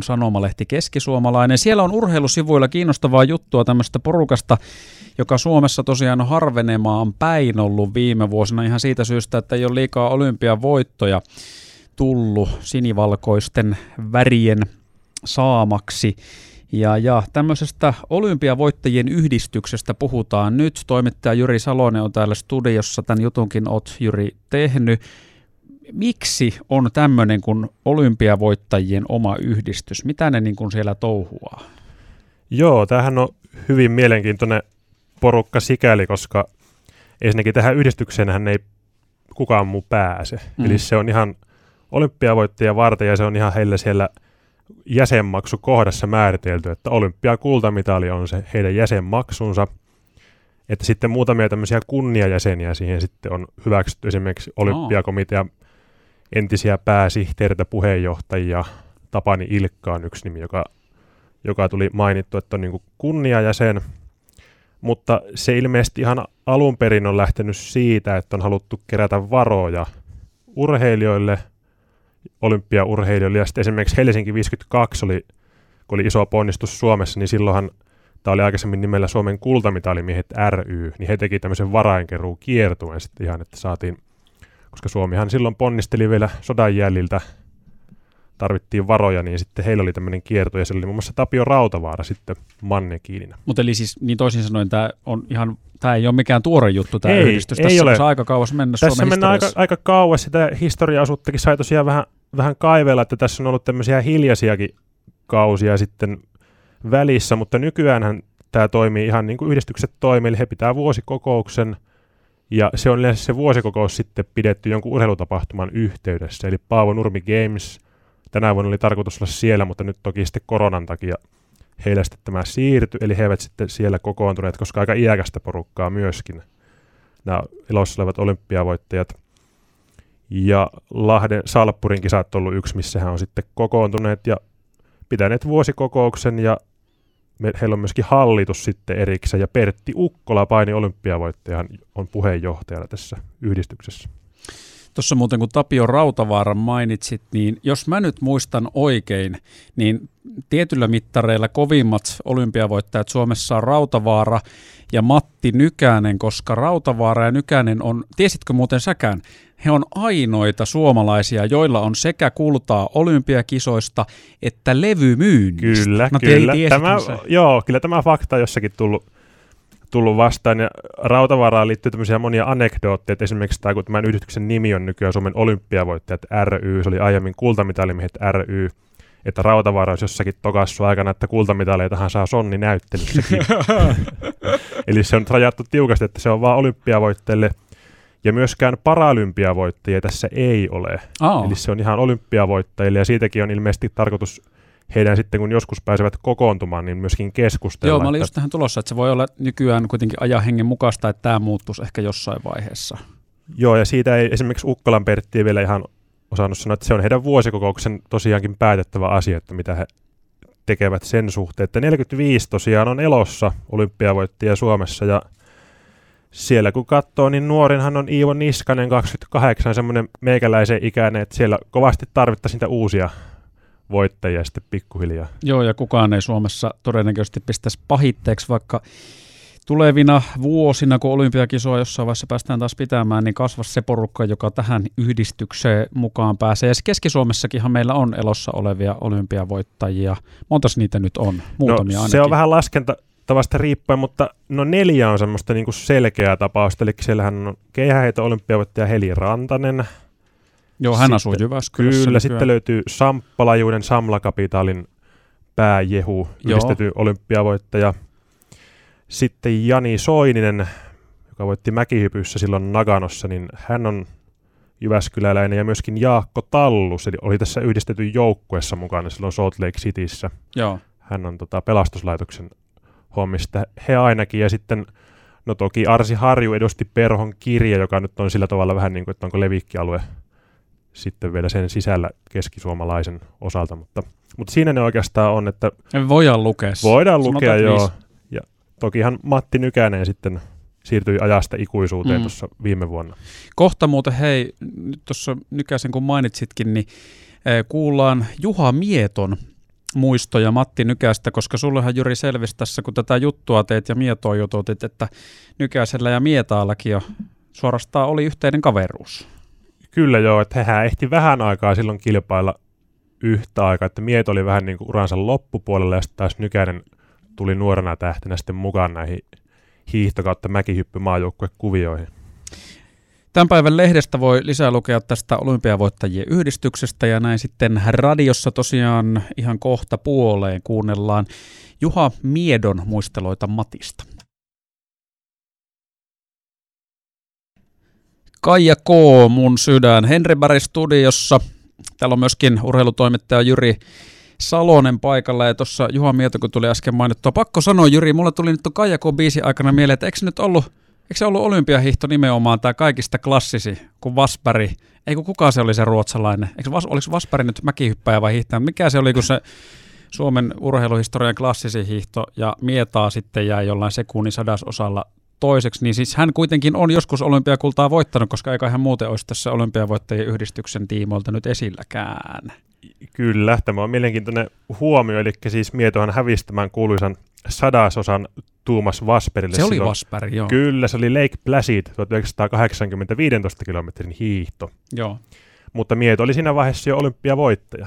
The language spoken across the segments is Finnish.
on sanomalehti Keskisuomalainen. Siellä on urheilusivuilla kiinnostavaa juttua tämmöistä porukasta, joka Suomessa tosiaan on harvenemaan päin ollut viime vuosina ihan siitä syystä, että ei ole liikaa olympiavoittoja tullut sinivalkoisten värien saamaksi. Ja tämmöisestä olympiavoittajien yhdistyksestä puhutaan nyt. Toimittaja Jyri Salonen on täällä studiossa. Tämän jutunkin olet, Jyri, tehnyt. Miksi on tämmöinen kuin olympiavoittajien oma yhdistys? Mitä ne niin kuin siellä touhuaa? Joo, tämähän on hyvin mielenkiintoinen porukka sikäli, koska ensinnäkin tähän yhdistykseenhän ei kukaan muu pääse. Eli se on ihan olympiavoittajia varten ja se on ihan heillä siellä jäsenmaksukohdassa määritelty, että olympiakultamitali on se heidän jäsenmaksunsa. Että sitten muutamia tämmöisiä kunniajäseniä siihen sitten on hyväksytty, esimerkiksi olympiakomitean entisiä pääsihteeritä, puheenjohtajia. Tapani Ilkka on yksi nimi, joka tuli mainittu, että on niin kuin kunniajäsen. Mutta se ilmeisesti ihan alun perin on lähtenyt siitä, että on haluttu kerätä varoja urheilijoille, olympiaurheilijoille. Ja sitten esimerkiksi Helsinki 52 kun oli iso ponnistus Suomessa, niin silloinhan tämä oli aikaisemmin nimellä Suomen kultamitalimiehet ry, niin he teki tämmöisen varainkeruun kiertueen sitten ihan, että saatiin, koska Suomihan silloin ponnisteli vielä sodan jäljiltä, tarvittiin varoja, niin sitten heillä oli tämmöinen kierto, ja siellä oli muun muassa Tapio Rautavaara sitten mannekiinina. Mutta eli siis niin toisin sanoen tämä ei ole mikään tuore juttu, tämä yhdistys. Tässä on aika kauas mennä Suomen historiassa. Tässä mennään aika kauas, sitä historia-asuttakin sai tosiaan vähän kaivella, että tässä on ollut tämmöisiä hiljaisiakin kausia sitten välissä, mutta nykyäänhän tämä toimii ihan niin kuin yhdistykset toimii, eli he pitää vuosikokouksen, ja se on yleensä se vuosikokous sitten pidetty jonkun urheilutapahtuman yhteydessä, eli Paavo Nurmi Games tänä vuonna oli tarkoitus olla siellä, mutta nyt toki sitten koronan takia heillä sitten tämä siirtyi, eli he eivät sitten siellä kokoontuneet, koska aika iäkästä porukkaa myöskin nämä elossa olevat olympiavoittajat. Ja Lahden Salppurin kisat on ollut yksi, missä hän on sitten kokoontuneet ja pitäneet vuosikokouksen, ja heillä on myöskin hallitus sitten erikseen, ja Pertti Ukkola, paini olympiavoittaja, on puheenjohtajana tässä yhdistyksessä. Tuossa muuten kun Tapio Rautavaaran mainitsit, niin jos mä nyt muistan oikein, niin tietyllä mittareilla kovimmat olympiavoittajat Suomessa on Rautavaara ja Matti Nykänen, koska Rautavaara ja Nykänen on, tiesitkö muuten säkään, he on ainoita suomalaisia, joilla on sekä kultaa olympiakisoista että levymyynnissä. Kyllä tämä fakta on jossakin tullut vastaan, ja Rautavaaraan liittyy tämmöisiä monia anekdootteja, että esimerkiksi kun tämän yhdistyksen nimi on nykyään Suomen olympiavoittajat ry, se oli aiemmin kultamitalimiehet ry, että Rautavaara olisi jossakin tokassut aikana, että kultamitaleitahan saa Sonni näyttelyssäkin. Eli se on rajattu tiukasti, että se on vaan olympiavoittajille, ja myöskään paralympiavoittajia tässä ei ole. Eli se on ihan olympiavoittajille, ja siitäkin on ilmeisesti tarkoitus heidän sitten, kun joskus pääsevät kokoontumaan, niin myöskin keskustella. Joo, mä olin just tähän tulossa, että se voi olla nykyään kuitenkin ajan hengen mukaista, että tämä muuttuisi ehkä jossain vaiheessa. Joo, ja siitä ei esimerkiksi Ukkolan Pertti vielä ihan osannut sanoa, että se on heidän vuosikokouksen tosiaankin päätettävä asia, että mitä he tekevät sen suhteen. Että 45 tosiaan on elossa olympiavoittajia Suomessa, ja siellä kun katsoo, niin nuorinhan on Iivo Niskanen, 28, semmoinen meikäläisen ikäinen, että siellä kovasti tarvittaisiin niitä uusia voittajia sitten pikkuhiljaa. Joo, ja kukaan ei Suomessa todennäköisesti pistäisi pahitteeksi, vaikka tulevina vuosina, kun olympiakisoa jossain vaiheessa päästään taas pitämään, niin kasvasi se porukka, joka tähän yhdistykseen mukaan pääsee. Ja Keski-Suomessakinhan meillä on elossa olevia olympiavoittajia. Montas niitä nyt on? Muutamia ainakin. Se on vähän laskentatavasta riippuen, mutta 4 on semmoista niin kuin selkeää tapausta. Eli siellähän on keihäheito olympiavoittaja Heli Rantanen. Joo, hän asuu Jyväskylässä. Kyllä, sitten löytyy Samppalajuuden Samla Capitalin pääjehu, yhdistetty olympiavoittaja. Sitten Jani Soininen, joka voitti mäkihypyssä silloin Naganossa, niin hän on jyväskyläläinen, ja myöskin Jaakko Tallus, eli oli tässä yhdistetyn joukkueessa mukana silloin Salt Lake Cityssä. Joo. Hän on pelastuslaitoksen hommista, he ainakin, ja sitten toki Arsi Harju edusti Perhon Kirja, joka nyt on sillä tavalla vähän niin kuin, että onko levikkialue sitten vielä sen sisällä keskisuomalaisen osalta, mutta siinä ne oikeastaan on, että voidaan lukea, joo. Ja tokihan Matti Nykänen sitten siirtyi ajasta ikuisuuteen tuossa viime vuonna. Kohta muuten, hei, nyt tuossa Nykäsen kun mainitsitkin, niin kuullaan Juha Mieton muistoja Matti Nykästä, koska sullehan Jyri selvisi tässä, kun tätä juttua teet ja Mietoa jututit, että Nykäsellä ja Mietaallakin jo suorastaan oli yhteinen kaveruus. Kyllä joo, että hehän ehti vähän aikaa silloin kilpailla yhtä aikaa, että Mieto oli vähän niin kuin uransa loppupuolella ja sitten taas Nykänen tuli nuorena tähtenä sitten mukaan näihin hiihto- kautta mäkihyppy-maajoukkuekuvioihin. Tämän päivän lehdestä voi lisää lukea tästä olympiavoittajien yhdistyksestä ja näin sitten radiossa tosiaan ihan kohta puoleen kuunnellaan Juha Miedon muisteloita Matista. Kaija K. mun sydän. Henri Berg studiossa. Täällä on myöskin urheilutoimittaja Jyri Salonen paikalla ja tuossa Juha Mieto, kun tuli äsken mainittua. Pakko sanoa Jyri, mulle tuli nyt Kaija K-biisin aikana mieleen, että eikö se ollut olympiahiihto nimenomaan tämä kaikista klassisi, kun Wasberg, ei kun kuka se oli se ruotsalainen, oliko Wasberg nyt mäkihyppäjä vai hiihtäjä, mikä se oli kun se Suomen urheiluhistorian klassisin hiihto ja Mietaa sitten jäi jollain sekunnin sadasosalla toiseksi, niin siis hän kuitenkin on joskus olympiakultaa voittanut, koska eikä hän muuten olisi tässä olympiavoittajien yhdistyksen tiimoilta nyt esilläkään. Kyllä, tämä on mielenkiintoinen huomio, eli siis Mietohan hävisi tämän kuuluisan sadasosan Thomas Wasbergille. Se oli Wasberg, joo. Kyllä, se oli Lake Placid 1980 15 kilometrin hiihto. Joo. Mutta Mieto oli siinä vaiheessa jo olympiavoittaja.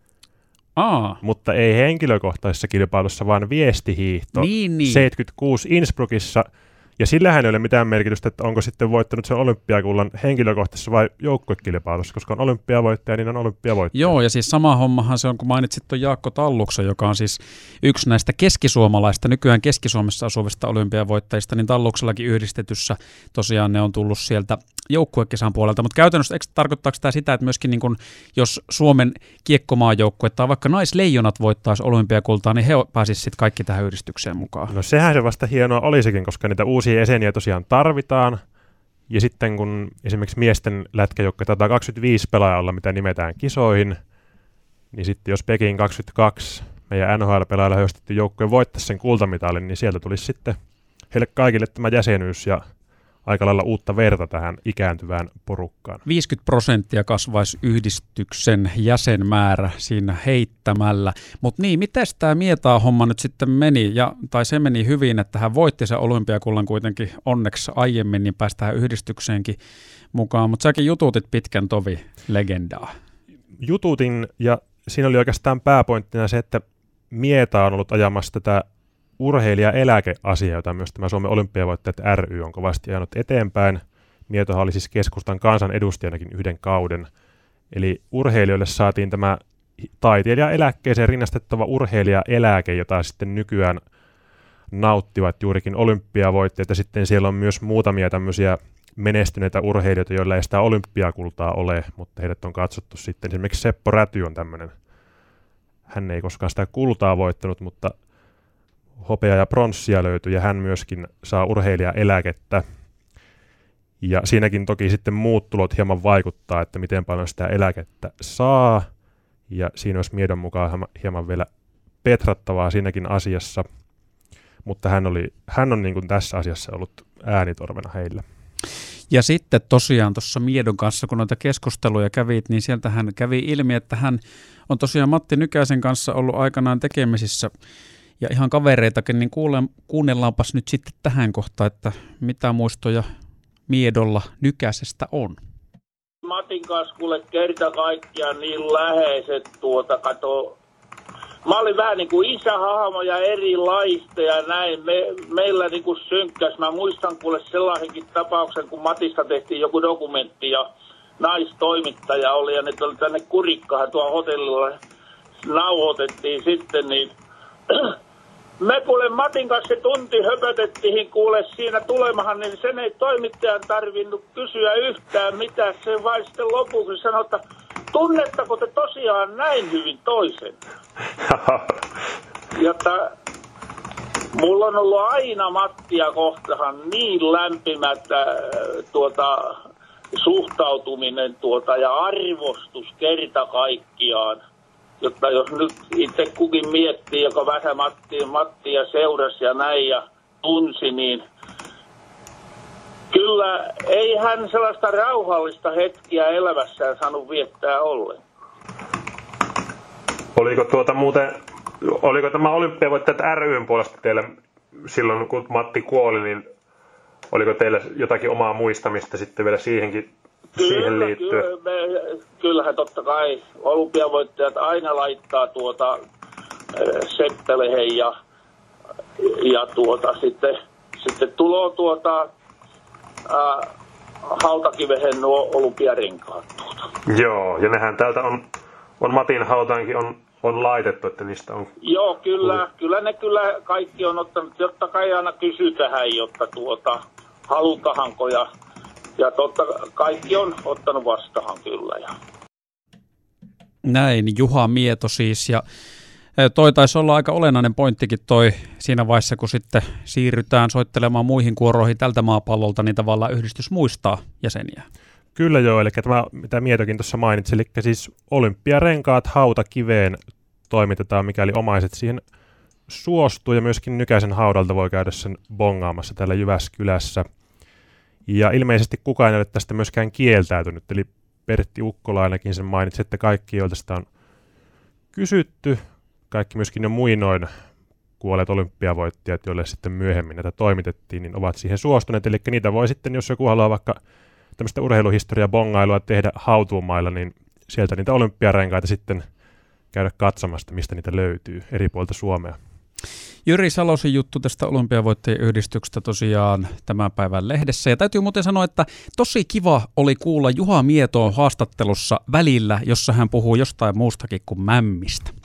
Mutta ei henkilökohtaisessa kilpailussa, vaan viestihiihto. Niin. 76 Innsbruckissa. Ja sillähän ei ole mitään merkitystä, että onko sitten voittanut sen olympiakullan henkilökohtaisessa vai joukkuekilpailussa, koska on olympiavoittaja, niin on olympiavoittaja. Joo, ja siis sama hommahan se on, kun mainitsit tuon Jaakko Talluksen, joka on siis yksi näistä keskisuomalaista, nykyään Keski-Suomessa asuvista olympiavoittajista, niin Talluksellakin yhdistetyssä tosiaan ne on tullut sieltä joukkuekisan puolelta, mutta käytännössä tarkoittaako tämä sitä, että myöskin niin kun, jos Suomen kiekkomaajoukkue tai vaikka naisleijonat voittaisi olympiakultaa, niin he pääsisivät sitten kaikki tähän yhdistykseen mukaan? No sehän se vasta hienoa olisikin, koska niitä uusia jäseniä tosiaan tarvitaan, ja sitten kun esimerkiksi miesten lätkäjoukko taitaa 25 pelaajaa olla, mitä nimetään kisoihin, niin sitten jos Peking 22 meidän NHL-pelaajalla höystetty joukkue voittaisi sen kultamitalin, niin sieltä tulisi sitten heille kaikille tämä jäsenyys ja aika lailla uutta verta tähän ikääntyvään porukkaan. 50% kasvaisi yhdistyksen jäsenmäärä siinä heittämällä. Mutta niin, miten tämä Mietaa-homma nyt sitten meni? Tai se meni hyvin, että hän voitti sen olympiakullan kuitenkin onneksi aiemmin, niin pääsi tähän yhdistykseenkin mukaan. Mutta säkin jututit pitkän tovi legendaa. Jututin, ja siinä oli oikeastaan pääpointtina se, että Mietaa on ollut ajamassa tätä urheilijaeläkeasia, jota myös tämä Suomen olympiavoittajat ry on kovasti ajanut eteenpäin. Mietohan oli siis keskustan kansanedustajanakin yhden kauden. Eli urheilijoille saatiin tämä taiteilijaeläkkeeseen rinnastettava urheilijaeläke, jota sitten nykyään nauttivat juurikin olympiavoittajat. Ja sitten siellä on myös muutamia tämmöisiä menestyneitä urheilijoita, joilla ei sitä olympiakultaa ole, mutta heidät on katsottu sitten. Esimerkiksi Seppo Räty on tämmöinen. Hän ei koskaan sitä kultaa voittanut, mutta hopea ja pronssia löytyi, ja hän myöskin saa urheilijaeläkettä. Ja siinäkin toki sitten muut tulot hieman vaikuttaa, että miten paljon sitä eläkettä saa. Ja siinä olisi Miedon mukaan hieman vielä petrattavaa siinäkin asiassa. Mutta hän on niin kuin tässä asiassa ollut äänitorvena heillä. Ja sitten tosiaan tuossa Miedon kanssa, kun noita keskusteluja kävit, niin sieltähän kävi ilmi, että hän on tosiaan Matti Nykäsen kanssa ollut aikanaan tekemisissä ja ihan kavereitakin, niin kuunnellaanpas nyt sitten tähän kohtaan, että mitä muistoja Miedolla Nykäsestä on. Matin kanssa kuule kerta kaikkiaan niin läheiset kato. Mä olin vähän niin kuin isähahmoja erilaista ja näin. Meillä niin kuin synkkäs. Mä muistan kuule sellaisenkin tapauksen, kun Matista tehtiin joku dokumentti ja naistoimittaja oli ja ne tuli tänne Kurikkaan tuolla hotellilla. Nauhoitettiin sitten niin. Me kuule Matin kanssa se tunti höpötettiin kuule siinä tulemahan, niin sen ei toimittajan tarvinnut kysyä yhtään mitään. Se vain sitten lopuksi sanoi, että tunnettako te tosiaan näin hyvin toisen? Jotta mulla on ollut aina Mattia kohtahan niin lämpimät suhtautuminen ja arvostus kerta kaikkiaan. Jotta jos nyt itse kukin miettii, joka vähän Mattia seurasi ja näin ja tunsi, niin kyllä ei hän sellaista rauhallista hetkiä elämässään saanut viettää ollen. Oliko tämä olympiavoittajat ry:n puolesta teillä silloin, kun Matti kuoli, niin oliko teillä jotakin omaa muistamista sitten vielä siihen liittyen? Kyllähän totta kai olympiavoittajat aina laittaa seppelehen ja sitten tulo hautakivehen nuo olympiarenkaat. Joo, ja nehän täältä on Matin hautaankin on laitettu, että niistä on... Joo, kyllä ne kaikki on ottanut, jotta kai aina kysytähän, jotta halutahanko ja totta kaikki on ottanut vastahan kyllä. Ja. Näin, Juha Mieto siis, ja toi taisi olla aika olennainen pointtikin toi siinä vaiheessa, kun sitten siirrytään soittelemaan muihin kuoroihin tältä maapallolta, niin tavallaan yhdistys muistaa jäseniä. Kyllä joo, eli tämä, mitä Mietokin tuossa mainitsi, eli siis olympiarenkaat hautakiveen toimitetaan, mikäli omaiset siihen suostuu, ja myöskin Nykäsen haudalta voi käydä sen bongaamassa täällä Jyväskylässä. Ja ilmeisesti kukaan ei ole tästä myöskään kieltäytynyt, eli Pertti Ukkola ainakin sen mainitsi, että kaikki, joilta sitä on kysytty, kaikki myöskin jo muinoin kuolleet olympiavoittajat, joille sitten myöhemmin näitä toimitettiin, niin ovat siihen suostuneet. Eli niitä voi sitten, jos joku haluaa vaikka tämmöistä urheiluhistoria-bongailua tehdä hautuumailla, niin sieltä niitä olympiarenkaita sitten käydä katsomasta, mistä niitä löytyy eri puolilta Suomea. Jyri Salosen juttu tästä olympiavoittajien yhdistyksestä tosiaan tämän päivän lehdessä. Ja täytyy muuten sanoa, että tosi kiva oli kuulla Juha Mietoon haastattelussa välillä, jossa hän puhuu jostain muustakin kuin mämmistä.